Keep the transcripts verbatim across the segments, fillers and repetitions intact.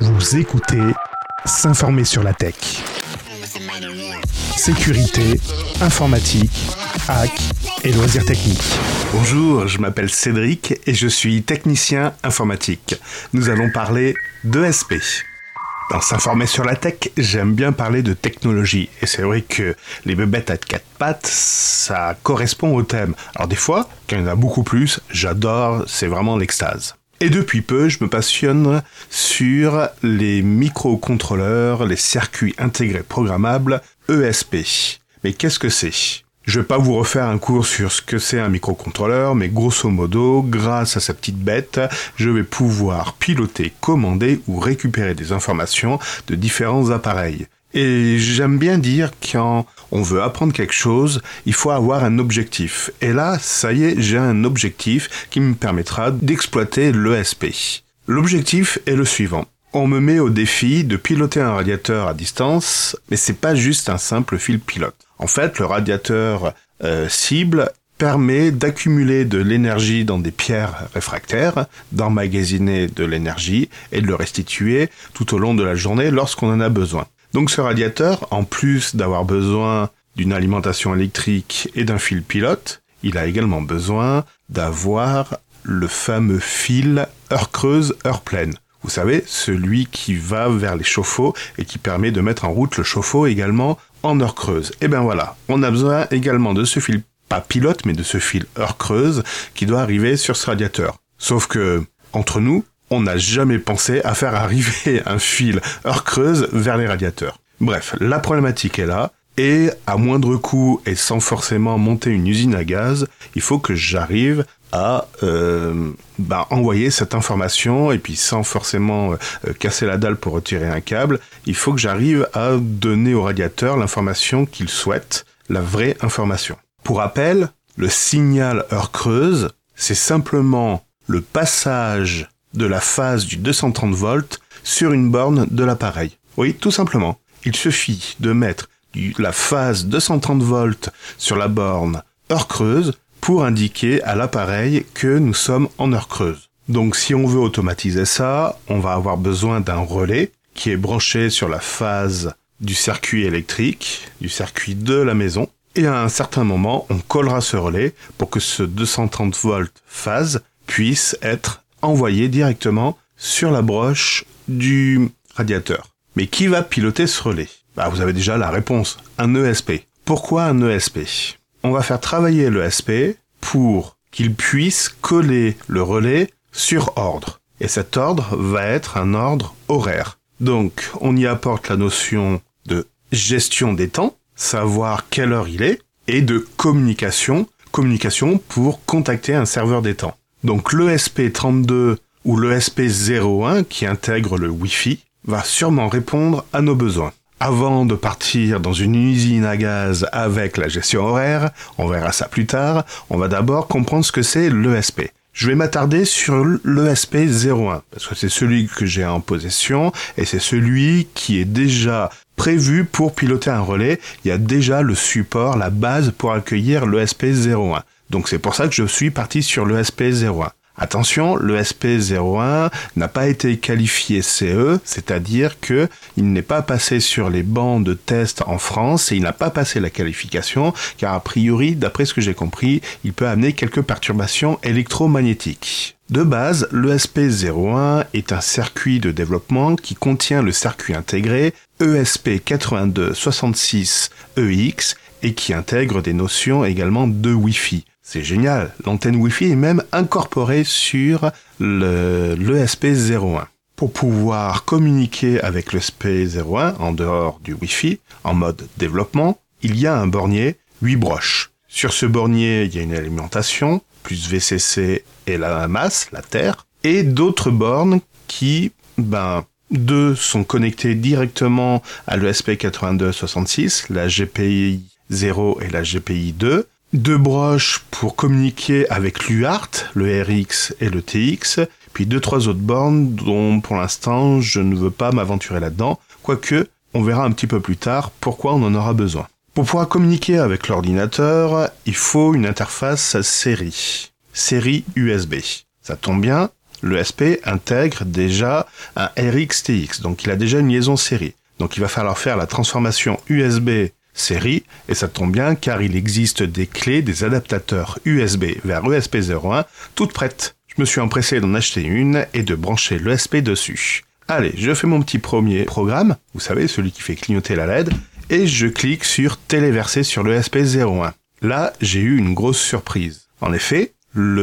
Vous écoutez S'informer sur la tech. Sécurité, informatique, hack et loisirs techniques. Bonjour, je m'appelle Cédric et je suis technicien informatique. Nous allons parler d'E S P. Dans S'informer sur la tech, j'aime bien parler de technologie. Et c'est vrai que les bébêtes à quatre pattes, ça correspond au thème. Alors des fois, quand il y en a beaucoup plus, j'adore, c'est vraiment l'extase. Et depuis peu, je me passionne sur les microcontrôleurs, les circuits intégrés programmables, E S P. Mais qu'est-ce que c'est ? Je vais pas vous refaire un cours sur ce que c'est un microcontrôleur, mais grosso modo, grâce à sa petite bête, je vais pouvoir piloter, commander ou récupérer des informations de différents appareils. Et j'aime bien dire quand on veut apprendre quelque chose, il faut avoir un objectif. Et là, ça y est, j'ai un objectif qui me permettra d'exploiter l'E S P. L'objectif est le suivant. On me met au défi de piloter un radiateur à distance, mais c'est pas juste un simple fil pilote. En fait, le radiateur euh, cible permet d'accumuler de l'énergie dans des pierres réfractaires, d'emmagasiner de l'énergie et de le restituer tout au long de la journée lorsqu'on en a besoin. Donc ce radiateur, en plus d'avoir besoin d'une alimentation électrique et d'un fil pilote, il a également besoin d'avoir le fameux fil heure creuse, heure pleine. Vous savez, celui qui va vers les chauffe-eau et qui permet de mettre en route le chauffe-eau également en heure creuse. Et bien voilà, on a besoin également de ce fil, pas pilote, mais de ce fil heure creuse qui doit arriver sur ce radiateur. Sauf que, entre nous, on n'a jamais pensé à faire arriver un fil heure creuse vers les radiateurs. Bref, la problématique est là, et à moindre coût et sans forcément monter une usine à gaz, il faut que j'arrive à euh, bah, envoyer cette information, et puis sans forcément euh, casser la dalle pour retirer un câble, il faut que j'arrive à donner au radiateur l'information qu'il souhaite, la vraie information. Pour rappel, le signal heure creuse, c'est simplement le passage de la phase du deux cent trente volts sur une borne de l'appareil. Oui, tout simplement. Il suffit de mettre du, la phase deux cent trente volts sur la borne heure creuse pour indiquer à l'appareil que nous sommes en heure creuse. Donc si on veut automatiser ça, on va avoir besoin d'un relais qui est branché sur la phase du circuit électrique, du circuit de la maison, et à un certain moment, on collera ce relais pour que ce deux cent trente volts phase puisse être envoyé directement sur la broche du radiateur. Mais qui va piloter ce relais ? Bah, vous avez déjà la réponse, un E S P. Pourquoi un E S P ? On va faire travailler l'E S P pour qu'il puisse coller le relais sur ordre. Et cet ordre va être un ordre horaire. Donc, on y apporte la notion de gestion des temps, savoir quelle heure il est, et de communication, communication pour contacter un serveur des temps. Donc l'E S P trente-deux ou l'E S P zéro un qui intègre le Wi-Fi va sûrement répondre à nos besoins. Avant de partir dans une usine à gaz avec la gestion horaire, on verra ça plus tard, on va d'abord comprendre ce que c'est l'E S P. Je vais m'attarder sur l'E S P zéro un, parce que c'est celui que j'ai en possession, et c'est celui qui est déjà prévu pour piloter un relais. Il y a déjà le support, la base pour accueillir l'E S P zéro un. Donc c'est pour ça que je suis parti sur l'E S P zéro un. Attention, l'E S P zéro un n'a pas été qualifié C E, c'est-à-dire que il n'est pas passé sur les bancs de test en France et il n'a pas passé la qualification, car a priori, d'après ce que j'ai compris, il peut amener quelques perturbations électromagnétiques. De base, l'E S P zéro un est un circuit de développement qui contient le circuit intégré E S P quatre-vingt-deux soixante-six E X et qui intègre des notions également de Wi-Fi. C'est génial, l'antenne Wi-Fi est même incorporée sur le, l'E S P zéro un. Pour pouvoir communiquer avec l'E S P zéro un en dehors du Wi-Fi, en mode développement, il y a un bornier huit broches. Sur ce bornier, il y a une alimentation, plus V C C et la masse, la terre, et d'autres bornes qui, ben, deux sont connectées directement à l'E S P quatre-vingt-deux soixante-six, la G P I zéro et la G P I deux, deux broches pour communiquer avec l'U A R T, le R X et le T X, puis deux, trois autres bornes dont pour l'instant je ne veux pas m'aventurer là-dedans, quoique on verra un petit peu plus tard pourquoi on en aura besoin. Pour pouvoir communiquer avec l'ordinateur, il faut une interface série, série U S B. Ça tombe bien, l'E S P intègre déjà un R X T X, donc il a déjà une liaison série. Donc il va falloir faire la transformation U S B série, et ça tombe bien car il existe des clés, des adaptateurs U S B vers E S P zéro un, toutes prêtes. Je me suis empressé d'en acheter une et de brancher l'E S P dessus. Allez, je fais mon petit premier programme, vous savez, celui qui fait clignoter la L E D, et je clique sur téléverser sur l'E S P zéro un. Là, j'ai eu une grosse surprise. En effet,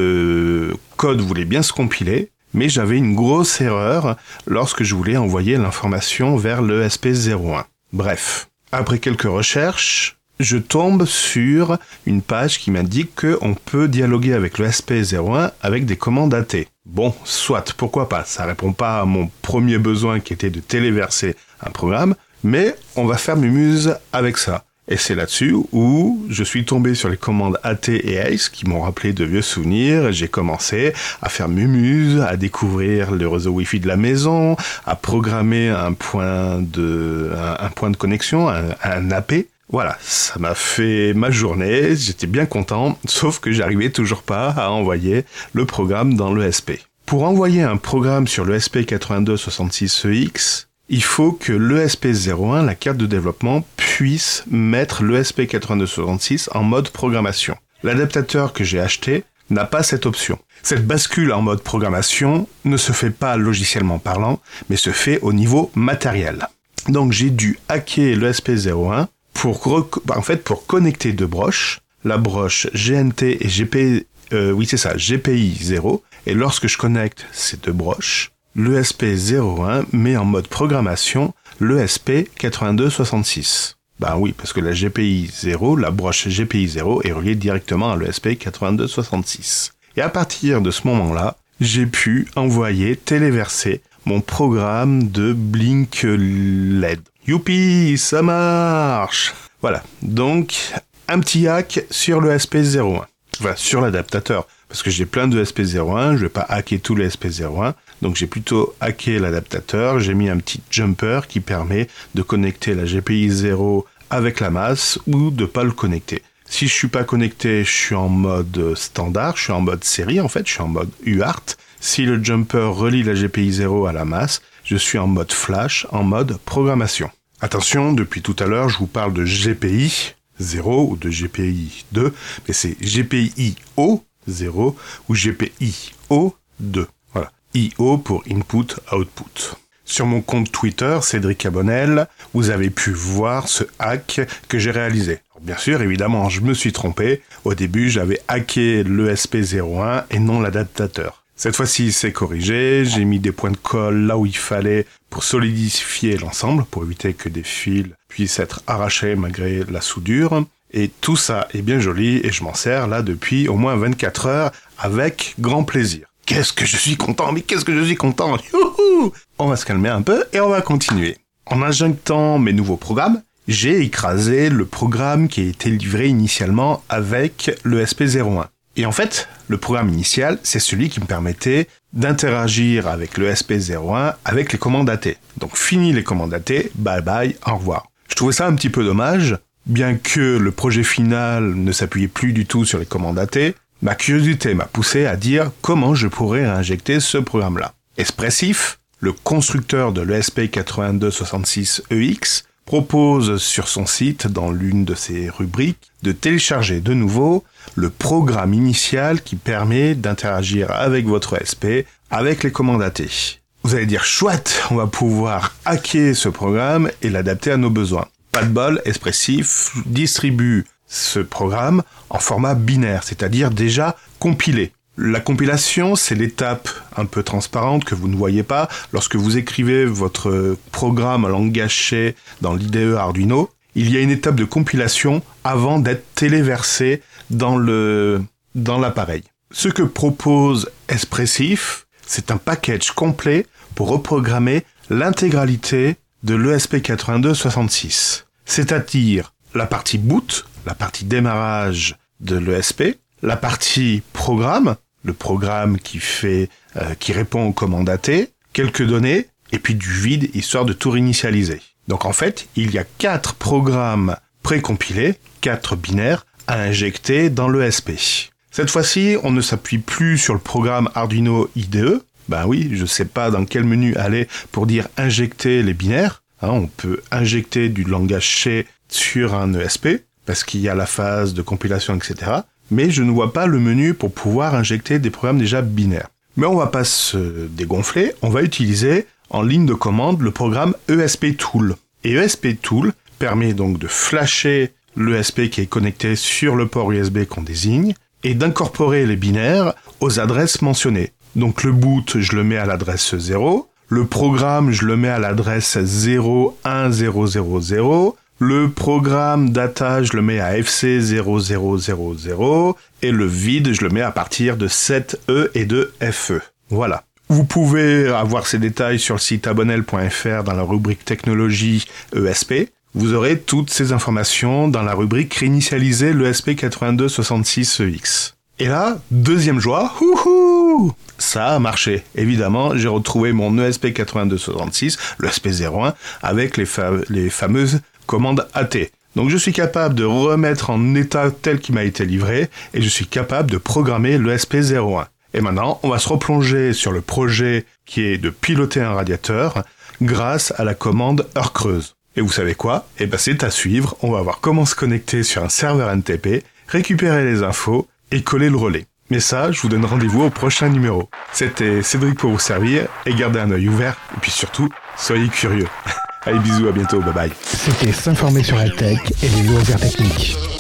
le code voulait bien se compiler, mais j'avais une grosse erreur lorsque je voulais envoyer l'information vers l'E S P zéro un. Bref, après quelques recherches, je tombe sur une page qui m'indique qu'on peut dialoguer avec l'E S P zéro un avec des commandes A T. Bon, soit, pourquoi pas, ça répond pas à mon premier besoin qui était de téléverser un programme, mais on va faire mumuse avec ça. Et c'est là-dessus où je suis tombé sur les commandes A T et Ace qui m'ont rappelé de vieux souvenirs. J'ai commencé à faire mumuse, à découvrir le réseau Wi-Fi de la maison, à programmer un point de, un, un point de connexion, un, un A P. Voilà, ça m'a fait ma journée, j'étais bien content, sauf que j'arrivais toujours pas à envoyer le programme dans l'E S P. Pour envoyer un programme sur l'E S P quatre-vingt-deux soixante-six E X, il faut que l'E S P zéro un, la carte de développement, puisse mettre l'E S P quatre-vingt-deux soixante-six en mode programmation. L'adaptateur que j'ai acheté n'a pas cette option. Cette bascule en mode programmation ne se fait pas logiciellement parlant, mais se fait au niveau matériel. Donc j'ai dû hacker l'E S P zéro un pour, rec- en fait, pour connecter deux broches, la broche G N T et G P, euh, oui c'est ça, G P I zéro, et lorsque je connecte ces deux broches, l'E S P zéro un met en mode programmation l'E S P quatre-vingt-deux soixante-six. Ben oui, parce que la G P I zéro, la broche G P I zéro est reliée directement à l'E S P quatre-vingt-deux soixante-six. Et à partir de ce moment-là, j'ai pu envoyer, téléverser mon programme de Blink L E D. Youpi, ça marche! Voilà, donc un petit hack sur l'E S P zéro un. Enfin, sur l'adaptateur, parce que j'ai plein de E S P zéro un, je vais pas hacker tout l'E S P zéro un, donc j'ai plutôt hacké l'adaptateur, j'ai mis un petit jumper qui permet de connecter la G P I zéro avec la masse ou de pas le connecter. Si je suis pas connecté, je suis en mode standard, je suis en mode série en fait, je suis en mode U A R T. Si le jumper relie la G P I zéro à la masse, je suis en mode flash, en mode programmation. Attention, depuis tout à l'heure, je vous parle de G P I zéro ou de G P I deux, mais c'est G P I O zéro ou G P I O deux. Voilà. I O pour Input Output. Sur mon compte Twitter, Cédric Abonnel, vous avez pu voir ce hack que j'ai réalisé. Alors, bien sûr, évidemment, je me suis trompé. Au début, j'avais hacké l'E S P zéro un et non l'adaptateur. Cette fois-ci, c'est corrigé. J'ai mis des points de colle là où il fallait pour solidifier l'ensemble, pour éviter que des fils puissent être arrachés malgré la soudure. Et tout ça est bien joli et je m'en sers là depuis au moins vingt-quatre heures avec grand plaisir. Qu'est-ce que je suis content, mais qu'est-ce que je suis content. Youhou! On va se calmer un peu et on va continuer. En injectant mes nouveaux programmes, j'ai écrasé le programme qui a été livré initialement avec l'E S P zéro un. Et en fait, le programme initial, c'est celui qui me permettait d'interagir avec l'E S P zéro un avec les commandes A T. Donc fini les commandes A T, bye bye, au revoir. Je trouvais ça un petit peu dommage, bien que le projet final ne s'appuyait plus du tout sur les commandes A T, ma curiosité m'a poussé à dire comment je pourrais réinjecter ce programme-là. Espressif, le constructeur de l'E S P quatre-vingt-deux soixante-six E X, propose sur son site, dans l'une de ses rubriques, de télécharger de nouveau le programme initial qui permet d'interagir avec votre E S P avec les commandes A T. Vous allez dire, chouette, on va pouvoir hacker ce programme et l'adapter à nos besoins. Pas de bol, Espressif distribue ce programme en format binaire, c'est-à-dire déjà compilé. La compilation, c'est l'étape un peu transparente que vous ne voyez pas lorsque vous écrivez votre programme en langage C dans l'I D E Arduino. Il y a une étape de compilation avant d'être téléversé dans le, dans l'appareil. Ce que propose Espressif, c'est un package complet pour reprogrammer l'intégralité de l'E S P quatre-vingt-deux soixante-six. C'est-à-dire la partie boot, la partie démarrage de l'E S P, la partie programme, le programme qui fait, euh, qui répond aux commandes A T, quelques données, et puis du vide, histoire de tout réinitialiser. Donc en fait, il y a quatre programmes précompilés, quatre binaires, à injecter dans l'E S P. Cette fois-ci, on ne s'appuie plus sur le programme Arduino I D E, Ben oui, je sais pas dans quel menu aller pour dire injecter les binaires. Hein, on peut injecter du langage C sur un E S P, parce qu'il y a la phase de compilation, et cetera. Mais je ne vois pas le menu pour pouvoir injecter des programmes déjà binaires. Mais on va pas se dégonfler, on va utiliser en ligne de commande le programme E S P Tool. Et E S P Tool permet donc de flasher l'E S P qui est connecté sur le port U S B qu'on désigne et d'incorporer les binaires aux adresses mentionnées. Donc le boot, je le mets à l'adresse zéro, le programme, je le mets à l'adresse zéro un zéro zéro zéro, le programme data, je le mets à F C zéro zéro zéro zéro et le vide, je le mets à partir de sept E et de F E. Voilà. Vous pouvez avoir ces détails sur le site abonnel point F R dans la rubrique technologie E S P. Vous aurez toutes ces informations dans la rubrique réinitialiser l'E S P quatre-vingt-deux soixante-six E X. Et là, deuxième joie, houhou! Ça a marché. Évidemment, j'ai retrouvé mon E S P quatre-vingt-deux soixante-six, le E S P zéro un, avec les, fa- les fameuses commandes A T. Donc je suis capable de remettre en état tel qu'il m'a été livré, et je suis capable de programmer l'E S P zéro un. Et maintenant, on va se replonger sur le projet qui est de piloter un radiateur grâce à la commande heure creuse. Et vous savez quoi ? Eh ben c'est à suivre, on va voir comment se connecter sur un serveur N T P, récupérer les infos et coller le relais. Mais ça, je vous donne rendez-vous au prochain numéro. C'était Cédric pour vous servir, et gardez un œil ouvert, et puis surtout, soyez curieux. Allez, bisous, à bientôt, bye bye. C'était s'informer sur la tech et les loisirs techniques.